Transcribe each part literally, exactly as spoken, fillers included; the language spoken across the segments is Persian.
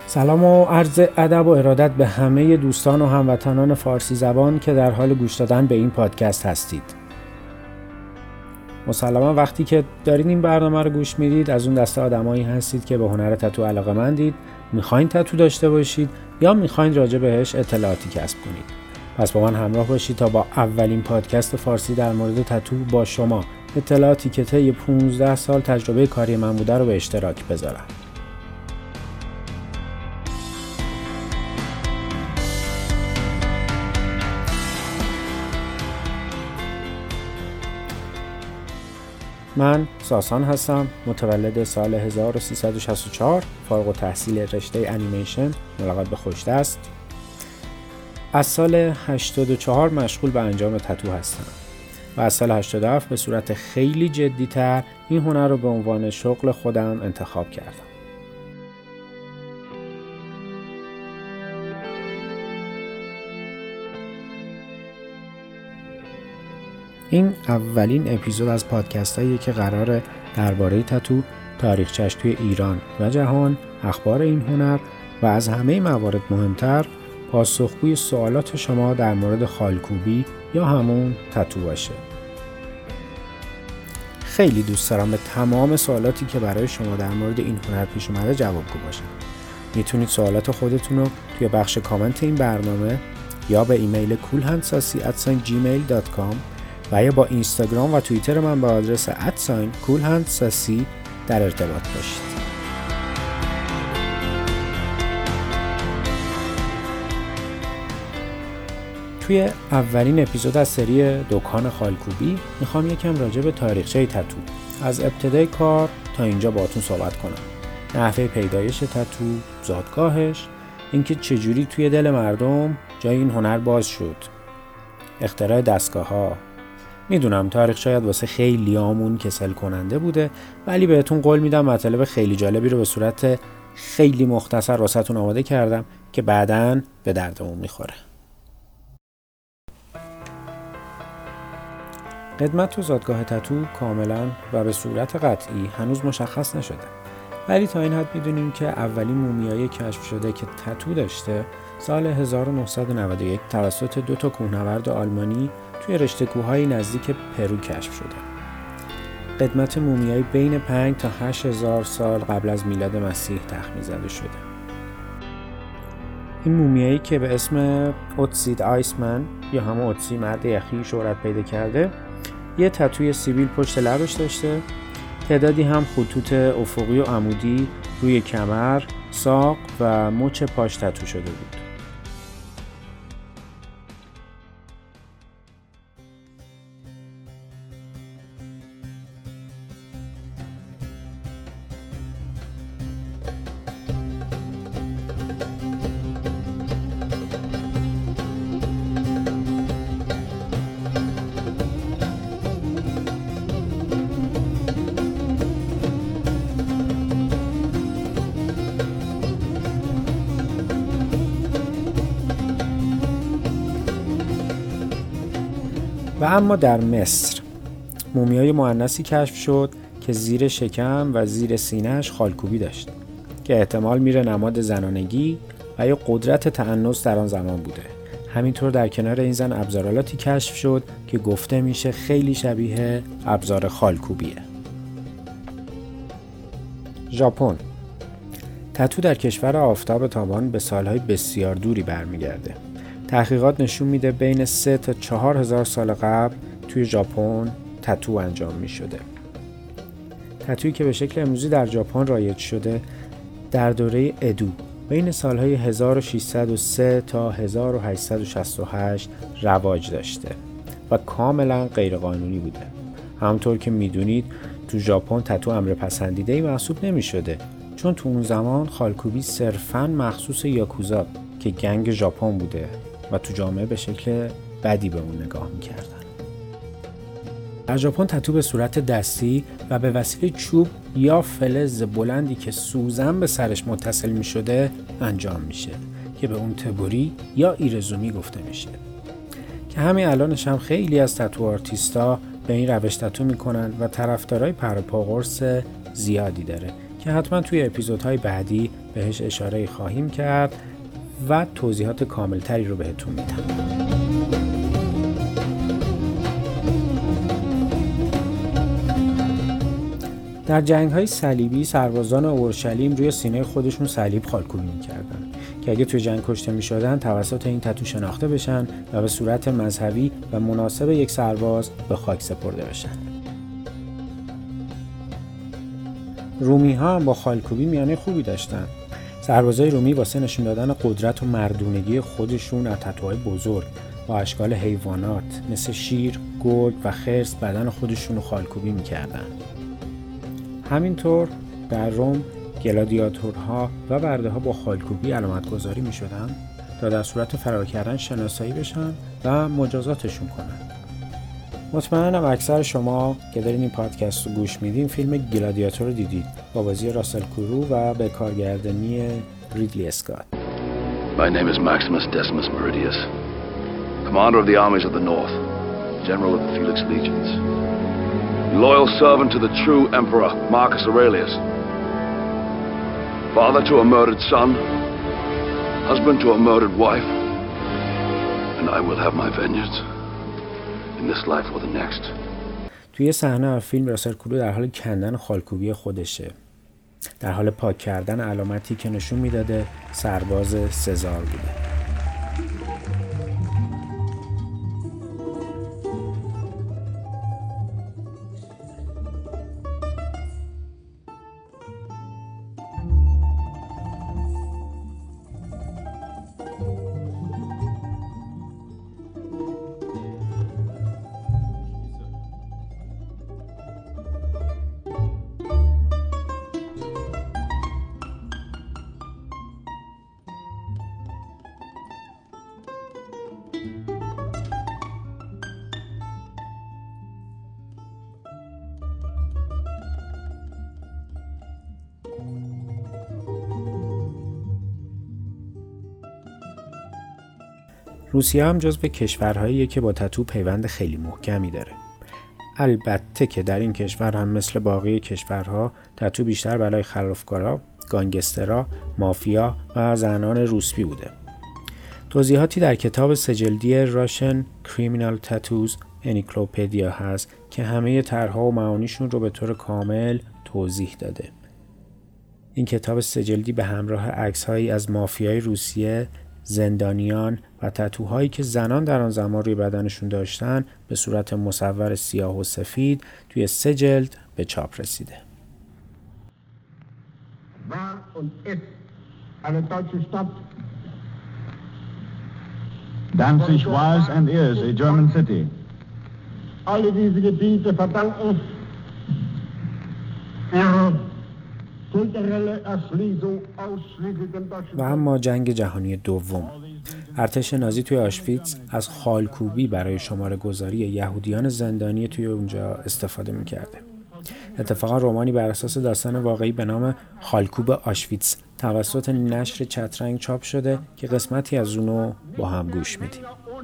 سلام و عرض ادب و ارادت به همه دوستان و هموطنان فارسی زبان که در حال گوش دادن به این پادکست هستید. مسلما وقتی که دارید این برنامه رو گوش میدید از اون دسته آدمایی هستید که به هنر تتو علاقه‌مندید، میخواین تتو داشته باشید یا میخواین راجع بهش اطلاعاتی کسب کنید. پس با من همراه باشید تا با اولین پادکست فارسی در مورد تتو با شما اطلاعاتی که طی پانزده سال تجربه کاری من بوده رو به اشتراک بذارم. من ساسان هستم، متولد سال هزار و سیصد و شصت و چهار، فارغ التحصیل رشته انیمیشن، ملقب به خوشدست. از سال هشتاد و چهار مشغول به انجام تتو هستم و از سال هشتاد و هفت به صورت خیلی جدی‌تر این هنر رو به عنوان شغل خودم انتخاب کردم. این اولین اپیزود از پادکست هایی که قراره درباره تتو، تاریخچه‌اش توی ایران و جهان، اخبار این هنر و از همه موارد مهمتر پاسخگوی سوالات شما در مورد خالکوبی یا همون تتو باشه. خیلی دوست دارم به تمام سوالاتی که برای شما در مورد این هنر پیش اومده جوابگو باشم. میتونید سوالات خودتون رو توی بخش کامنت این برنامه یا به ایمیل coolhandsasi at gmail dot com و یا با اینستاگرام و توییتر من با آدرس ات coolhandsasi در ارتباط باشید. توی اولین اپیزود از سری دکان خالکوبی میخوام یکم راجع به تاریخچه تتو از ابتدای کار تا اینجا باهاتون صحبت کنم. نحوه پیدایش تتو، زادگاهش، اینکه چجوری توی دل مردم جای این هنر باز شد، اختراع دستگاه‌ها. میدونم تاریخ شاید واسه خیلیامون کسل کننده بوده، ولی بهتون قول میدم مطالب خیلی جالبی رو به صورت خیلی مختصر واسهتون آماده کردم که بعداً به دردمون میخوره. قدمت تو زادگاه تتو کاملا و به صورت قطعی هنوز مشخص نشده، ولی تا این حد میدونیم که اولین مومیایی کشف شده که تتو داشته سال هزار و نهصد و نود و یک توسط دو تا کوهنورد آلمانی توی رشته کوههای نزدیک پرو کشف شده. قدمت مومیایی بین پنج تا هشت هزار سال قبل از میلاد مسیح تخمین زده شده. این مومیایی که به اسم اوتسید آیسمن یا همون اوتسی مرد یخی شهرت پیدا کرده، یه تتوی سیبیل پشت لبش داشته، تعدادی هم خطوط افقی و عمودی روی کمر، ساق و مچ پاش تتو شده بود. و اما در مصر مومیای مؤنثی کشف شد که زیر شکم و زیر سینه‌اش خالکوبی داشت که احتمال میره نماد زنانگی و یا قدرت تأنس در آن زمان بوده. همینطور در کنار این زن ابزارالاتی کشف شد که گفته میشه خیلی شبیه ابزار خالکوبیه. ژاپن. تتو در کشور آفتاب تابان به سالهای بسیار دوری برمیگرده. تحقیقات نشون میده بین سه تا چهار هزار سال قبل توی ژاپن تتو انجام می شده. تتویی که به شکل امروزی در ژاپن رایج شده در دوره ادو بین سالهای هزار و ششصد و سه تا هزار و هشتصد و شصت و هشت رواج داشته و کاملا غیرقانونی بوده. همونطور که میدونید تو ژاپن تتو امر پسندیده‌ای محسوب نمی شده، چون تو اون زمان خالکوبی صرفاً مخصوص یاکوزا که گنگ ژاپن بوده و تو جامعه به شکل بدی به اون نگاه میکردن. در ژاپن تتو به صورت دستی و به وسیله چوب یا فلز بلندی که سوزن به سرش متصل میشده انجام میشه که به اون تبوری یا ایرزومی گفته میشه، که همین الانش هم خیلی از تتو آرتیستا به این روش تتو میکنن و طرفدارای پر و پا قرص زیادی داره که حتما توی اپیزودهای بعدی بهش اشاره خواهیم کرد و توضیحات کاملتری رو بهتون میدم. در جنگ‌های صلیبی سربازان اورشلیم روی سینه خودشون صلیب خالکوبی می‌کردن که اگه توی جنگ کشته می‌شدن توسط این تتو شناخته بشن و به صورت مذهبی و مناسب یک سرباز به خاک سپرده بشن. رومی‌ها هم با خالکوبی میانه خوبی داشتن. سربازای رومی واسه نشون دادن قدرت و مردونگی خودشون از تتوهای بزرگ با اشکال حیوانات مثل شیر، گرگ و خرس بدن خودشون رو خالکوبی می‌کردن. همینطور در روم گلادیاتورها و برده ها با خالکوبی علامت گذاری می شدن تا در صورت فرار کردن شناسایی بشن و مجازاتشون کنن. مطمئنم اکثر شما که دارین این پادکست رو گوش میدین فیلم گلادیاتور رو دیدید با بازی راسل کرو و به کارگردانی ریدلی اسکات. My name is Maximus Decimus Meridius, commander of the armies of the north, general of the Felix legions. Loyal servant to the true emperor, Marcus Aurelius. Father to a murdered son, husband to a murdered wife, and I will have my vengeance in this life or the next. توی صحنه از فیلم راسل کرو در حال کندن خالکوبی خودشه. در حال پاک کردن علامتی که نشون میداده سرباز سزار بوده. روسیه هم جزو کشورهاییه که با تتو پیوند خیلی محکمی داره. البته که در این کشور هم مثل باقی کشورها تتو بیشتر برای خلافکارا، گانگسترا، مافیا و زنان روسپی بوده. توضیحاتی در کتاب سه‌جلدی Russian Criminal Tattoos Encyclopedia هست که همه طرح‌ها و معانیشون رو به طور کامل توضیح داده. این کتاب سه‌جلدی به همراه عکس‌هایی از مافیای روسیه، زندانیان و تتوهایی که زنان در آن زمان روی بدنشون داشتن به صورت مصور سیاه و سفید توی سه جلد به چاپ رسیده. Danzig was and is a German city. Alle diese Gebiete verdanken ihre و اما جنگ جهانی دوم. ارتش نازی توی آشویتز از خالکوبی برای شماره گذاری یهودیان زندانی توی اونجا استفاده میکرده. اتفاقا رمانی بر اساس داستان واقعی به نام خالکوب آشویتز توسط نشر چترنگ چاپ شده که قسمتی از اونو با هم گوش میدیم.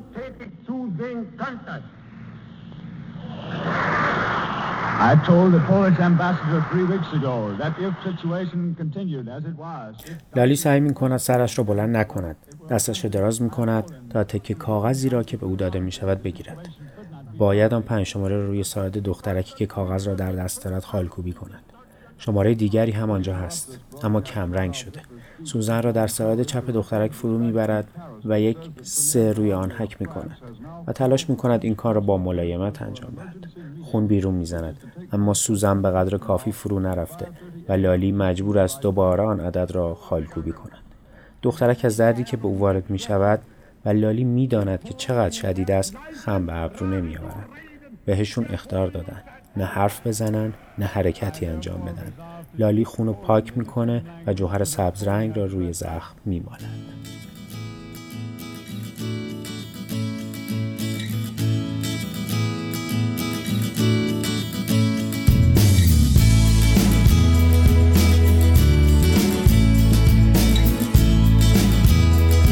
I told the Polish ambassador three weeks ago that if situation continued as it was. لالی سعی می‌کند سرش را بلند نکند. دستش را دراز می‌کند تا تکه کاغذی را که به او داده می‌شود بگیرد. باید آن پنج شماره را روی ساعد دخترکی که کاغذ را در دست دارد خالکوبی کند. شماره دیگری هم آنجا هست، اما کم رنگ شده. سوزن را در ساعد چپ دخترک فرو می‌برد و یک سه روی آن حک می‌کند و تلاش می‌کند این کار را با ملایمت انجام دهد. خون بیرون می‌زند، اما سوزن به قدر کافی فرو نرفته و لالی مجبور است دوباره آن عدد را خالکوبی کند. دخترک از دردی که به او وارد می‌شود و لالی می‌داند که چقدر شدید است، خم به ابرو نمی‌آورد. بهشون اخطار دادن، نه حرف بزنن، نه حرکتی انجام بدن. لالی خونو پاک میکنه و جوهر سبز رنگ را روی زخم میمالد.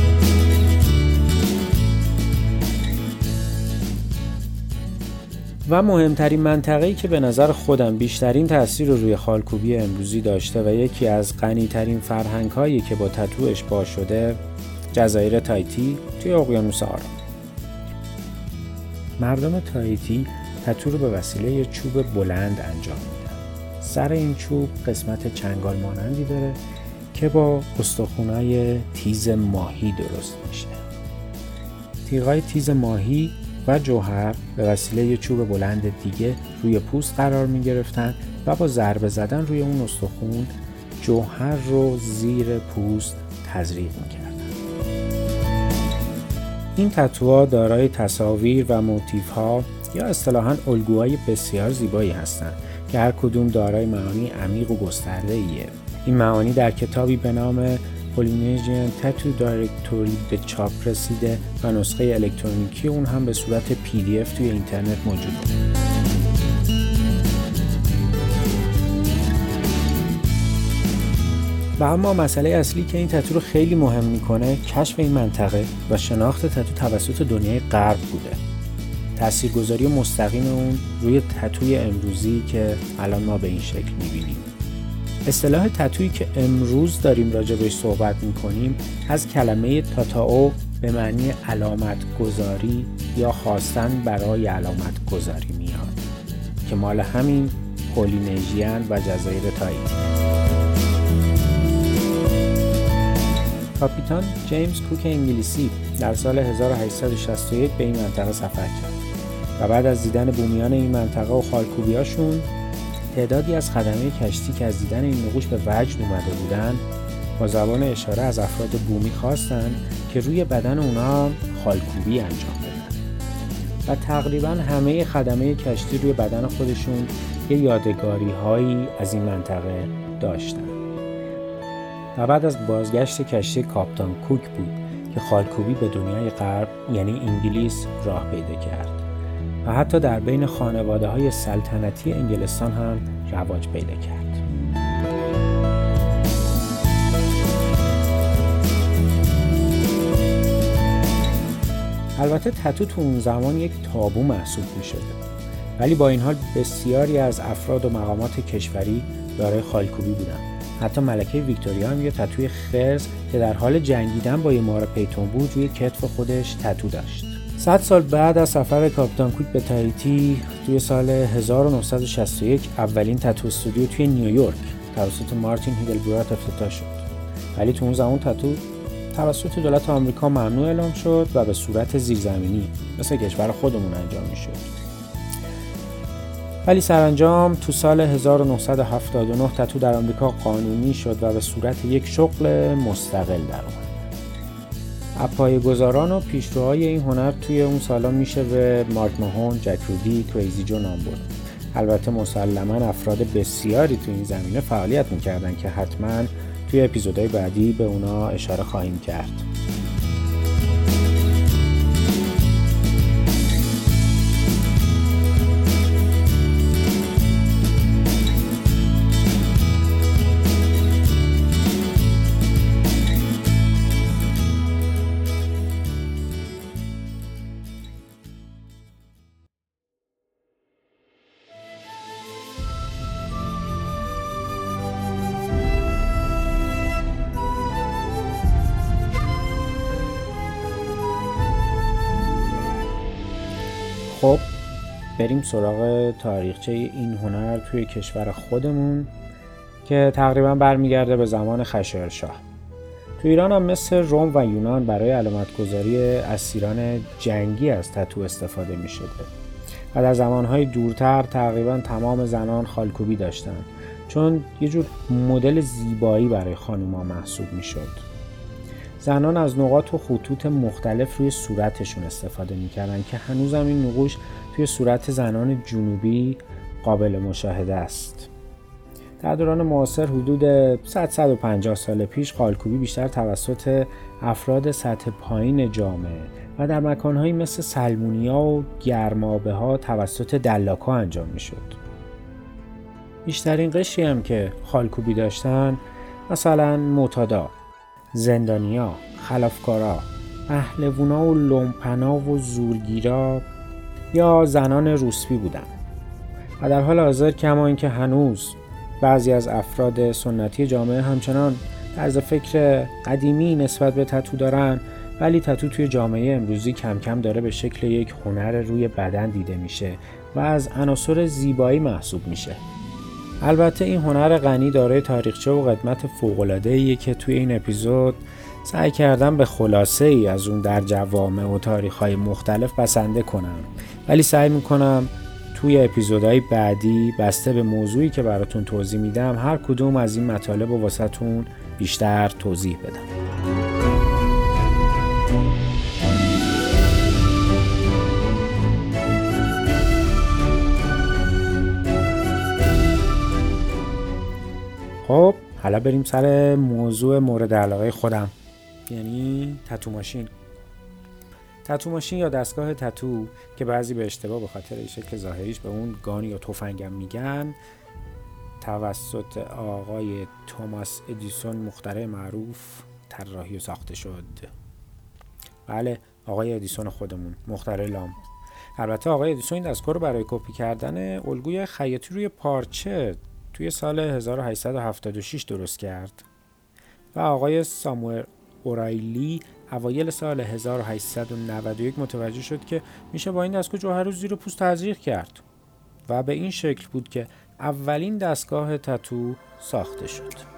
و و مهمترین منطقه‌ای که به نظر خودم بیشترین تأثیر رو روی خالکوبی امروزی داشته و یکی از غنی‌ترین فرهنگ‌هایی که با تتو اشباع شده، جزایر تایتی توی اقیانوس آرام. مردم تایتی تتو رو به وسیله چوب بلند انجام میدن. سر این چوب قسمت چنگال مانندی داره که با استخونای تیز ماهی درست میشه. تیغای تیز ماهی و جوهر به وسیله چوب بلند دیگه روی پوست قرار می گرفتن و با ضربه زدن روی اون استخون جوهر رو زیر پوست تزریق می کردن. این تتوها دارای تصاویر و موتیف‌ها یا اصطلاحاً الگوهای بسیار زیبایی هستند که هر کدوم دارای معانی عمیق و گسترده‌ایه. این معانی در کتابی به نام Polynesian Tattoo Directory به چاپ رسیده و نسخه الکترونیکی اون هم به صورت پی دی اف توی اینترنت موجوده. و اما مسئله اصلی که این تتو رو خیلی مهم میکنه کشف این منطقه و شناخت تتو توسط دنیای غرب بوده. تاثیرگذاری مستقیم اون روی تتوی امروزی که الان ما به این شکل میبینیم. اصطلاح تتویی که امروز داریم راجع بهش صحبت میکنیم از کلمه تاتائو به معنی علامت گذاری یا خواستن برای علامت گذاری میاد که مال همین پولینزیان و جزایر تایتی. کاپیتان جیمز کوک انگلیسی در سال هزار و هشتصد و شصت و یک به این منطقه سفر کرد و بعد از دیدن بومیان این منطقه و خالکوبیاشون تعدادی از خدمه کشتی که از دیدن این نقوش به وجد اومده بودن با زبان اشاره از افراد بومی خواستن که روی بدن اونا خالکوبی انجام بدن و تقریبا همه خدمه کشتی روی بدن خودشون یه یادگاری هایی از این منطقه داشتن. و بعد از بازگشت کشتی کاپتان کوک بود که خالکوبی به دنیای غرب یعنی انگلیس راه پیدا کرد و حتی در بین خانواده‌های سلطنتی انگلستان هم رواج پیدا کرد. البته تتو تو اون زمان یک تابو محسوب می‌شده، ولی با این حال بسیاری از افراد و مقامات کشوری دارای خالکوبی بودن. حتی ملکه ویکتوریا هم یه تتوی خرس که در حال جنگیدن با یه مار پیتون بود روی کتف خودش تتو داشت. صد سال بعد از سفر کاپیتان کوک به تایتی توی سال هزار و نهصد و شصت و یک اولین تتو استودیو توی نیویورک توسط مارتین هیدلبرات افتتاح شد. ولی تو اون زمان تتو توسط دولت آمریکا ممنوع اعلام شد و به صورت زیرزمینی مثل کشور خودمون انجام می‌شد. ولی سرانجام تو سال هزار و نهصد و هفتاد و نه تتو در آمریکا قانونی شد و به صورت یک شغل مستقل در اومد. پایه‌گذاران و پیشروهای این هنر توی اون سالا میشه به مارک ماهون، جک رودی، کریزی جو نام برد. البته مسلماً افراد بسیاری توی این زمینه فعالیت میکردن که حتماً توی اپیزودهای بعدی به اونا اشاره خواهیم کرد. خب بریم سراغ تاریخچه این هنر توی کشور خودمون که تقریبا برمیگرده به زمان خشایارشاه. تو ایران هم مثل روم و یونان برای علامتگذاری اسیران جنگی از تتو استفاده می شده و در زمانهای دورتر تقریبا تمام زنان خالکوبی داشتن چون یه جور مدل زیبایی برای خانوما محسوب می شد. زنان از نقاط و خطوط مختلف روی صورتشون استفاده می‌کردن که هنوزم این نقوش توی صورت زنان جنوبی قابل مشاهده است. در دوران معاصر حدود صد تا صد و پنجاه سال پیش خالکوبی بیشتر توسط افراد سطح پایین جامعه و در مکان‌هایی مثل سلمونیا و گرمابه‌ها توسط دلاک‌ها انجام می‌شد. بیشترین قشری هم که خالکوبی داشتن مثلا معتادا، زندانیا، خلافکارا، پهلوانا و لومپنا و زورگیرا یا زنان روسپی بودن. و در حال حاضر کما اینکه هنوز بعضی از افراد سنتی جامعه همچنان طرز فکر قدیمی نسبت به تتو دارن، ولی تتو توی جامعه امروزی کم کم داره به شکل یک هنر روی بدن دیده میشه و از عناصر زیبایی محسوب میشه. البته این هنر غنی دارای تاریخچه و قدمت فوق‌العاده‌ایه که توی این اپیزود سعی کردم به خلاصه ای از اون در جوامع و تاریخ‌های مختلف بسنده کنم، ولی سعی میکنم توی اپیزودهای بعدی بسته به موضوعی که براتون توضیح میدم هر کدوم از این مطالب رو واسهتون بیشتر توضیح بدم. خب حالا بریم سر موضوع مورد علاقه خودم، یعنی تتو ماشین. تتو ماشین یا دستگاه تتو که بعضی به اشتباه به خاطر شکل ظاهریش به اون گان یا تفنگم میگن، توسط آقای توماس ادیسون مخترع معروف طراحی و ساخته شد. بله، آقای ادیسون خودمون، مخترع لامپ. البته آقای ادیسون این دستگاه رو برای کپی کردن الگوی خیاطی روی پارچه توی سال هزار و هشتصد و هفتاد و شش درست کرد و آقای ساموئل اورایلی اوایل سال هزار و هشتصد و نود و یک متوجه شد که میشه با این دستگاه جوهر رو زیر پوست تزریق کرد و به این شکل بود که اولین دستگاه تتو ساخته شد.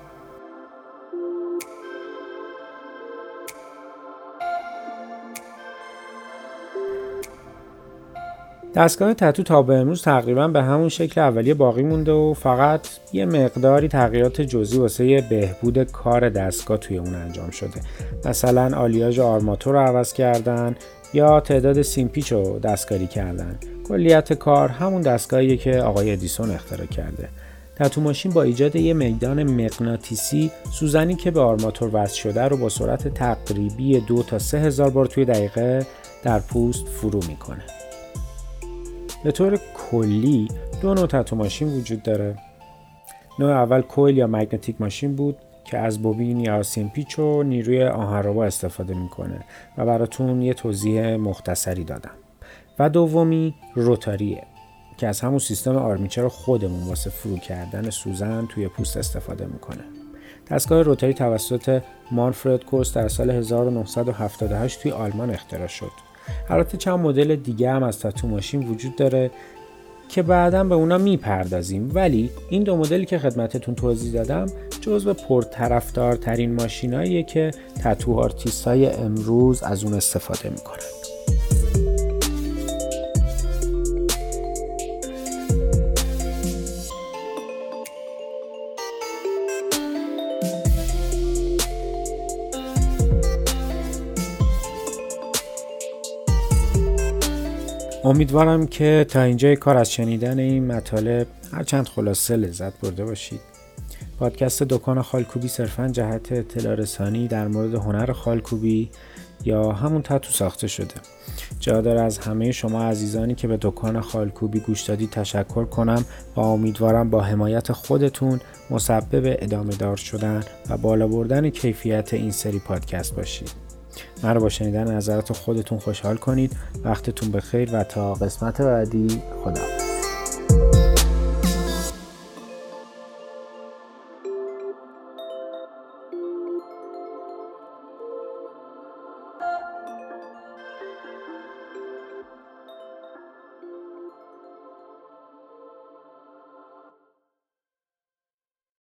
دستگاه تتو تا به امروز تقریبا به همون شکل اولیه باقی مونده و فقط یه مقداری تغییرات جزئی واسه بهبود کار دستگاه توی اون انجام شده. مثلا آلیاژ آرماتور رو عوض کردن یا تعداد سیمپیچ رو دستکاری کردن. کلیت کار همون دستگاهیه که آقای ادیسون اختراع کرده. تتو ماشین با ایجاد یه میدان مغناطیسی سوزنی که به آرماتور وصل شده رو با سرعت تقریبی دو تا سه هزار بار توی دقیقه در پوست فرو میکنه. به طور کلی دو نوع تتو ماشین وجود داره. نوع اول کویل یا مگنتیک ماشین بود که از بوبین یا سیمپیچ و نیروی آهنربا استفاده میکنه و براتون یه توضیح مختصری دادم. و دومی روتاریه که از همون سیستم آرمیچر خودمون واسه فرو کردن سوزن توی پوست استفاده میکنه. دستگاه روتاری توسط مانفرد کوست در سال هزار و نهصد و هفتاد و هشت توی آلمان اختراع شد. البته چند مدل دیگه هم از تتو ماشین وجود داره که بعداً به اونا میپردازیم، ولی این دو مدلی که خدمتتون توضیح دادم جزو پرطرفدارترین ماشیناییه که تتو آرتیست‌های امروز از اون استفاده میکنن. امیدوارم که تا اینجای کار از شنیدن این مطالب هرچند خلاصه لذت برده باشید. پادکست دکان خالکوبی صرفاً جهت اطلاع رسانی در مورد هنر خالکوبی یا همون تتو ساخته شده. جا داره از همه شما عزیزانی که به دکان خالکوبی گوش دادید تشکر کنم و امیدوارم با حمایت خودتون مسبب ادامه دار شدن و بالا بردن کیفیت این سری پادکست باشید. من رو با شنیدن نظرات خودتون خوشحال کنید. وقتتون بخیر و تا قسمت بعدی، خدا.